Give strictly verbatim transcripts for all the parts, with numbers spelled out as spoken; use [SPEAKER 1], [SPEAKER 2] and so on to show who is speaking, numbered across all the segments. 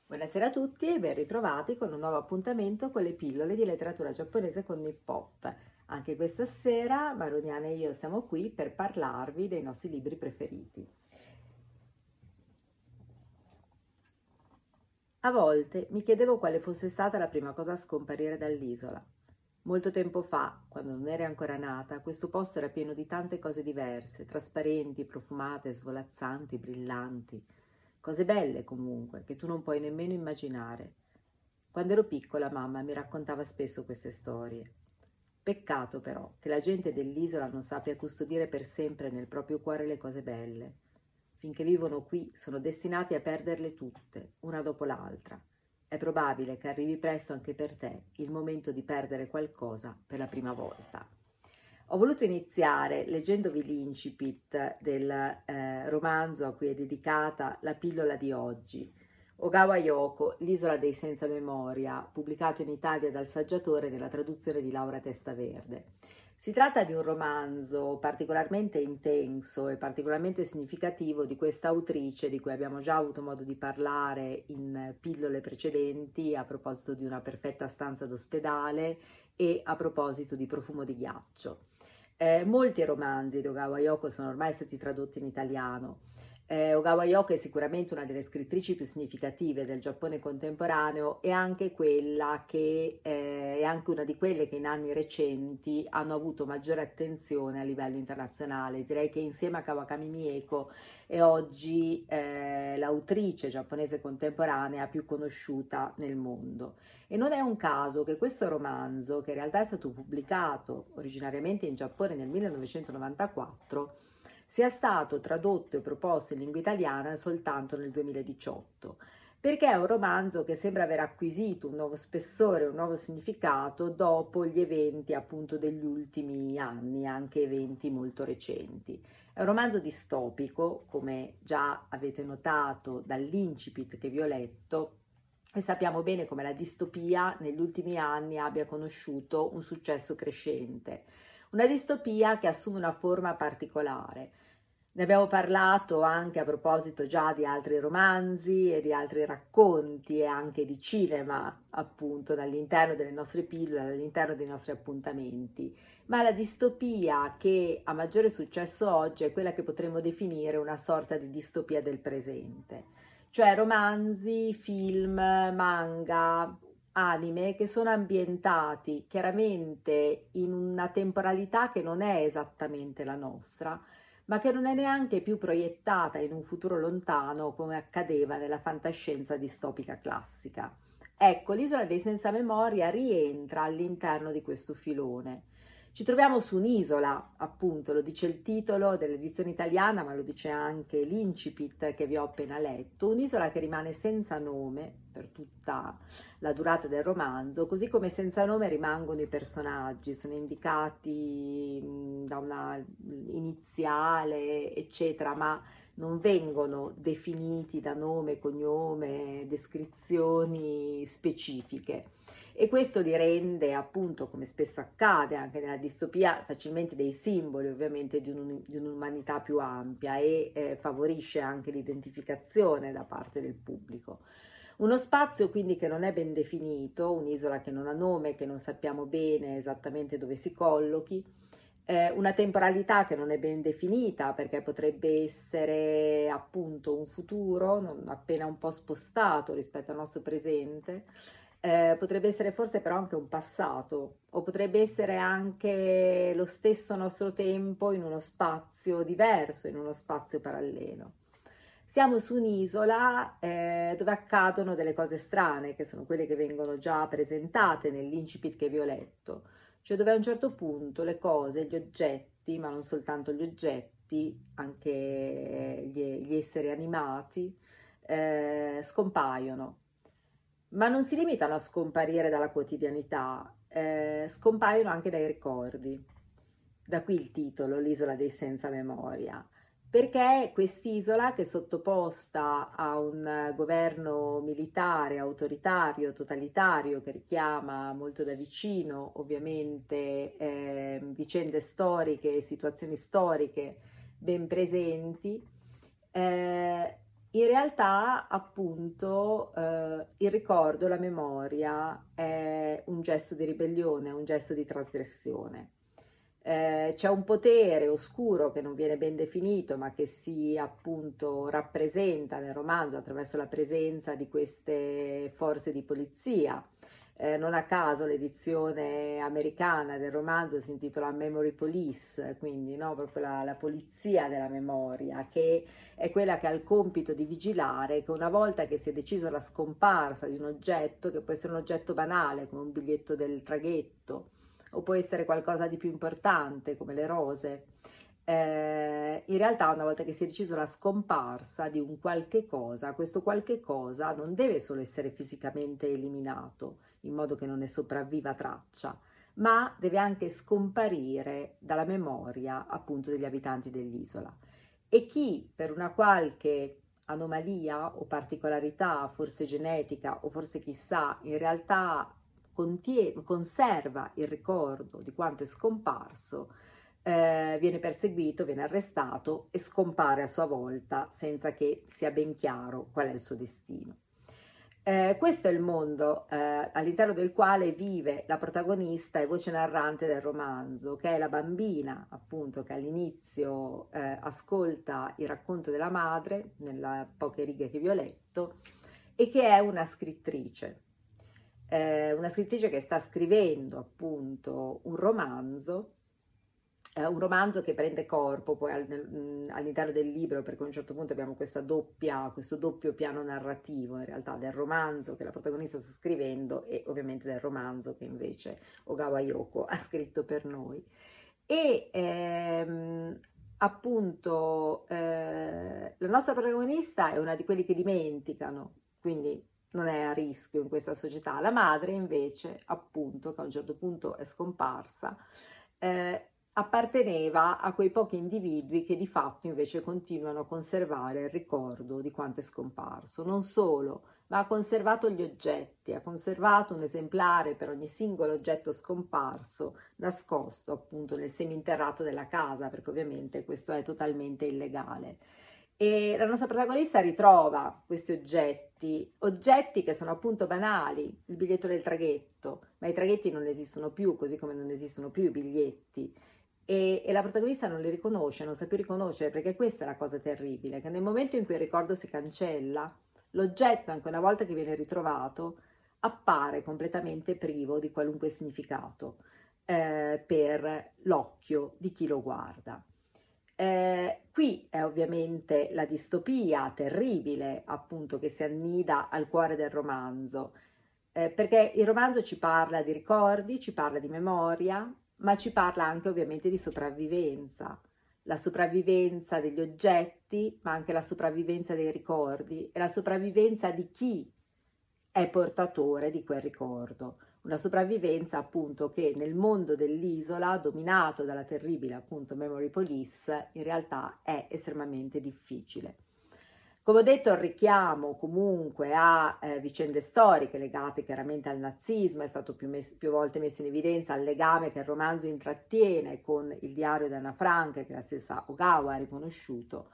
[SPEAKER 1] Buonasera a tutti e ben ritrovati con un nuovo appuntamento con le pillole di letteratura giapponese con Nippop. Anche questa sera Maruniana e io siamo qui per parlarvi dei nostri libri preferiti. A volte mi chiedevo quale fosse stata la prima cosa a scomparire dall'isola. Molto tempo fa, quando non eri ancora nata, questo posto era pieno di tante cose diverse, trasparenti, profumate, svolazzanti, brillanti. Cose belle comunque, che tu non puoi nemmeno immaginare. Quando ero piccola mamma mi raccontava spesso queste storie. Peccato però che la gente dell'isola non sappia custodire per sempre nel proprio cuore le cose belle. Finché vivono qui sono destinati a perderle tutte, una dopo l'altra. È probabile che arrivi presto anche per te il momento di perdere qualcosa per la prima volta. Ho voluto iniziare leggendovi l'incipit del eh, romanzo a cui è dedicata la pillola di oggi, Ogawa Yoko, L'isola dei senza memoria, pubblicato in Italia dal saggiatore nella traduzione di Laura Testaverde. Si tratta di un romanzo particolarmente intenso e particolarmente significativo di questa autrice di cui abbiamo già avuto modo di parlare in pillole precedenti a proposito di Una perfetta stanza d'ospedale e a proposito di Profumo di ghiaccio. Eh, molti romanzi di Ogawa Yoko sono ormai stati tradotti in italiano. Eh, Ogawa Yoko è sicuramente una delle scrittrici più significative del Giappone contemporaneo e anche quella che eh, è anche una di quelle che in anni recenti hanno avuto maggiore attenzione a livello internazionale. Direi che insieme a Kawakami Mieko è oggi eh, l'autrice giapponese contemporanea più conosciuta nel mondo. E non è un caso che questo romanzo, che in realtà è stato pubblicato originariamente in Giappone nel millenovecentonovantaquattro, sia stato tradotto e proposto in lingua italiana soltanto nel duemiladiciotto, perché è un romanzo che sembra aver acquisito un nuovo spessore, un nuovo significato dopo gli eventi appunto degli ultimi anni, anche eventi molto recenti. È un romanzo distopico, come già avete notato dall'incipit che vi ho letto, e sappiamo bene come la distopia negli ultimi anni abbia conosciuto un successo crescente. Una distopia che assume una forma particolare. Ne abbiamo parlato anche a proposito già di altri romanzi e di altri racconti e anche di cinema, appunto, dall'interno delle nostre pillole, all'interno dei nostri appuntamenti. Ma la distopia che ha maggiore successo oggi è quella che potremmo definire una sorta di distopia del presente, cioè romanzi, film, manga, anime che sono ambientati chiaramente in una temporalità che non è esattamente la nostra, ma che non è neanche più proiettata in un futuro lontano come accadeva nella fantascienza distopica classica. Ecco, l'Isola dei senza memoria rientra all'interno di questo filone. Ci troviamo su un'isola, appunto, lo dice il titolo dell'edizione italiana, ma lo dice anche l'incipit che vi ho appena letto, un'isola che rimane senza nome per tutta la durata del romanzo, così come senza nome rimangono i personaggi, sono indicati mh, da una iniziale, eccetera, ma non vengono definiti da nome, cognome, descrizioni specifiche. E questo li rende, appunto, come spesso accade anche nella distopia, facilmente dei simboli ovviamente di, un, di un'umanità più ampia e eh, favorisce anche l'identificazione da parte del pubblico. Uno spazio quindi che non è ben definito, un'isola che non ha nome, che non sappiamo bene esattamente dove si collochi, eh, una temporalità che non è ben definita perché potrebbe essere appunto un futuro non appena un po' spostato rispetto al nostro presente, eh, potrebbe essere forse però anche un passato o potrebbe essere anche lo stesso nostro tempo in uno spazio diverso, in uno spazio parallelo. Siamo su un'isola eh, dove accadono delle cose strane, che sono quelle che vengono già presentate nell'incipit che vi ho letto, cioè dove a un certo punto le cose, gli oggetti, ma non soltanto gli oggetti, anche gli, gli esseri animati, eh, scompaiono. Ma non si limitano a scomparire dalla quotidianità, eh, scompaiono anche dai ricordi. Da qui il titolo, L'isola dei senza memoria, perché quest'isola che è sottoposta a un governo militare, autoritario, totalitario, che richiama molto da vicino ovviamente eh, vicende storiche e situazioni storiche ben presenti, eh, In realtà, appunto, eh, il ricordo, la memoria è un gesto di ribellione, un gesto di trasgressione. Eh, c'è un potere oscuro che non viene ben definito, ma che si appunto rappresenta nel romanzo attraverso la presenza di queste forze di polizia. Eh, non a caso l'edizione americana del romanzo si intitola Memory Police, quindi no, proprio la, la polizia della memoria, che è quella che ha il compito di vigilare che una volta che si è deciso la scomparsa di un oggetto, che può essere un oggetto banale come un biglietto del traghetto, o può essere qualcosa di più importante come le rose, eh, in realtà una volta che si è deciso la scomparsa di un qualche cosa, questo qualche cosa non deve solo essere fisicamente eliminato in modo che non ne sopravviva traccia, ma deve anche scomparire dalla memoria appunto degli abitanti dell'isola. E chi per una qualche anomalia o particolarità, forse genetica o forse chissà, in realtà contiene, conserva il ricordo di quanto è scomparso, eh, viene perseguito, viene arrestato e scompare a sua volta senza che sia ben chiaro qual è il suo destino. Eh, questo è il mondo eh, all'interno del quale vive la protagonista e voce narrante del romanzo, che è la bambina, appunto, che all'inizio eh, ascolta il racconto della madre, nelle poche righe che vi ho letto, e che è una scrittrice. Eh, una scrittrice che sta scrivendo appunto un romanzo, eh, un romanzo che prende corpo poi al, nel, all'interno del libro, perché a un certo punto abbiamo questa doppia, questo doppio piano narrativo in realtà del romanzo che la protagonista sta scrivendo e ovviamente del romanzo che invece Ogawa Yoko ha scritto per noi. E ehm, appunto eh, la nostra protagonista è una di quelli che dimenticano, quindi non è a rischio in questa società. La madre invece, appunto, che a un certo punto è scomparsa, eh, apparteneva a quei pochi individui che di fatto invece continuano a conservare il ricordo di quanto è scomparso. Non solo, ma ha conservato gli oggetti, ha conservato un esemplare per ogni singolo oggetto scomparso, nascosto appunto nel seminterrato della casa, perché ovviamente questo è totalmente illegale. E la nostra protagonista ritrova questi oggetti, oggetti che sono appunto banali, il biglietto del traghetto, ma i traghetti non esistono più, così come non esistono più i biglietti. E, e la protagonista non li riconosce, non sa più riconoscere, perché questa è la cosa terribile, che nel momento in cui il ricordo si cancella, l'oggetto, anche una volta che viene ritrovato, appare completamente privo di qualunque significato eh, per l'occhio di chi lo guarda. Eh, qui è ovviamente la distopia terribile, appunto, che si annida al cuore del romanzo, eh, perché il romanzo ci parla di ricordi, ci parla di memoria, ma ci parla anche ovviamente di sopravvivenza, la sopravvivenza degli oggetti, ma anche la sopravvivenza dei ricordi e la sopravvivenza di chi è portatore di quel ricordo. Una sopravvivenza appunto che nel mondo dell'isola, dominato dalla terribile appunto Memory Police, in realtà è estremamente difficile. Come ho detto, il richiamo comunque a eh, vicende storiche legate chiaramente al nazismo è stato più, mes- più volte messo in evidenza, al legame che il romanzo intrattiene con il diario di Anna Frank, che la stessa Ogawa ha riconosciuto.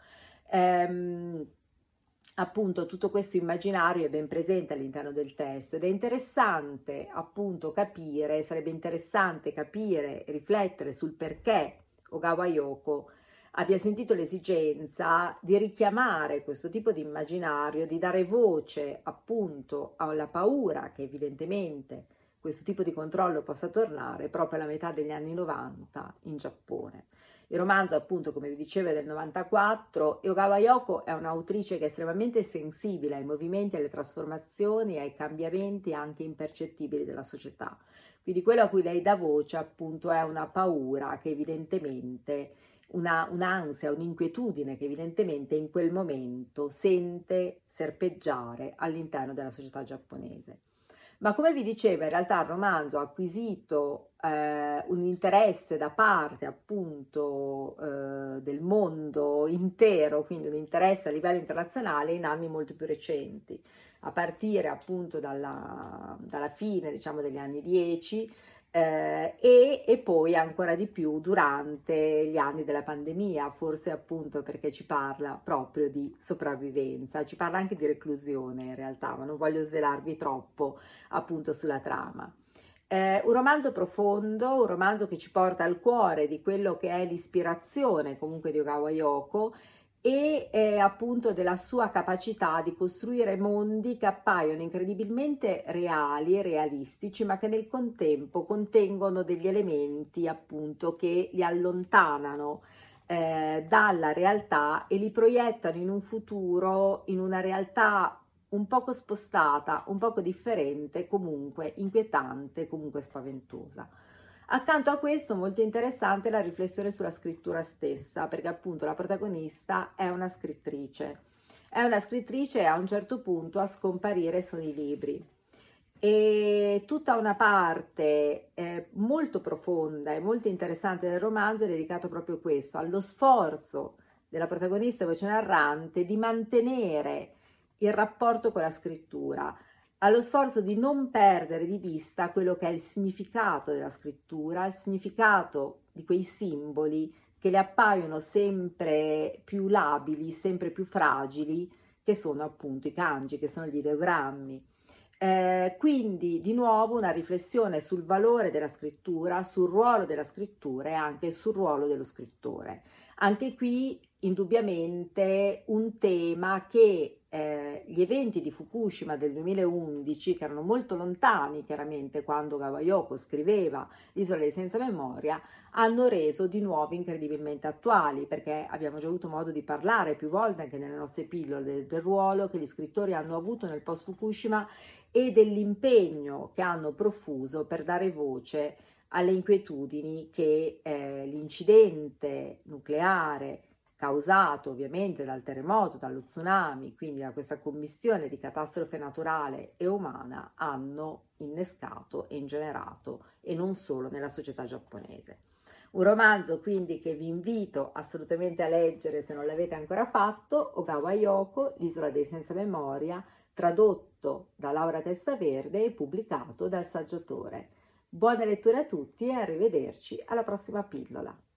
[SPEAKER 1] Ehm, appunto tutto questo immaginario è ben presente all'interno del testo ed è interessante appunto capire, sarebbe interessante capire e riflettere sul perché Ogawa Yoko abbia sentito l'esigenza di richiamare questo tipo di immaginario, di dare voce appunto alla paura che evidentemente questo tipo di controllo possa tornare proprio alla metà degli anni novanta in Giappone. Il romanzo, appunto, come vi dicevo, è del novantaquattro e Ogawa Yoko è un'autrice che è estremamente sensibile ai movimenti, alle trasformazioni e ai cambiamenti anche impercettibili della società. Quindi quello a cui lei dà voce, appunto, è una paura che evidentemente, una, un'ansia, un'inquietudine che evidentemente in quel momento sente serpeggiare all'interno della società giapponese. Ma come vi dicevo, in realtà il romanzo ha acquisito eh, un interesse da parte appunto eh, del mondo intero, quindi un interesse a livello internazionale in anni molto più recenti, a partire appunto dalla, dalla fine, diciamo, degli anni dieci, eh, e, e poi ancora di più durante gli anni della pandemia, forse appunto perché ci parla proprio di sopravvivenza, ci parla anche di reclusione in realtà, ma non voglio svelarvi troppo appunto sulla trama. Eh, un romanzo profondo, un romanzo che ci porta al cuore di quello che è l'ispirazione comunque di Ogawa Yoko e eh, appunto della sua capacità di costruire mondi che appaiono incredibilmente reali e realistici, ma che nel contempo contengono degli elementi appunto che li allontanano eh, dalla realtà e li proiettano in un futuro, in una realtà un poco spostata, un poco differente, comunque inquietante, comunque spaventosa. Accanto a questo molto interessante la riflessione sulla scrittura stessa, perché appunto la protagonista è una scrittrice. È una scrittrice e a un certo punto a scomparire sono i libri. E tutta una parte eh, molto profonda e molto interessante del romanzo è dedicata proprio a questo, allo sforzo della protagonista voce narrante di mantenere il rapporto con la scrittura, allo sforzo di non perdere di vista quello che è il significato della scrittura, il significato di quei simboli che le appaiono sempre più labili, sempre più fragili, che sono appunto i kanji, che sono gli ideogrammi. Eh, quindi di nuovo una riflessione sul valore della scrittura, sul ruolo della scrittura e anche sul ruolo dello scrittore. Anche qui indubbiamente un tema che eh, gli eventi di Fukushima del duemilaundici, che erano molto lontani chiaramente quando Ogawa Yoko scriveva L'isola dei senza memoria, hanno reso di nuovo incredibilmente attuali, perché abbiamo già avuto modo di parlare più volte anche nelle nostre pillole del, del ruolo che gli scrittori hanno avuto nel post Fukushima e dell'impegno che hanno profuso per dare voce alle inquietudini che eh, l'incidente nucleare causato ovviamente dal terremoto, dallo tsunami, quindi da questa commistione di catastrofe naturale e umana, hanno innescato e ingenerato, e non solo nella società giapponese. Un romanzo quindi che vi invito assolutamente a leggere se non l'avete ancora fatto, Ogawa Yoko, L'isola dei senza memoria, tradotto da Laura Testaverde e pubblicato dal Saggiatore. Buona lettura a tutti e arrivederci alla prossima pillola.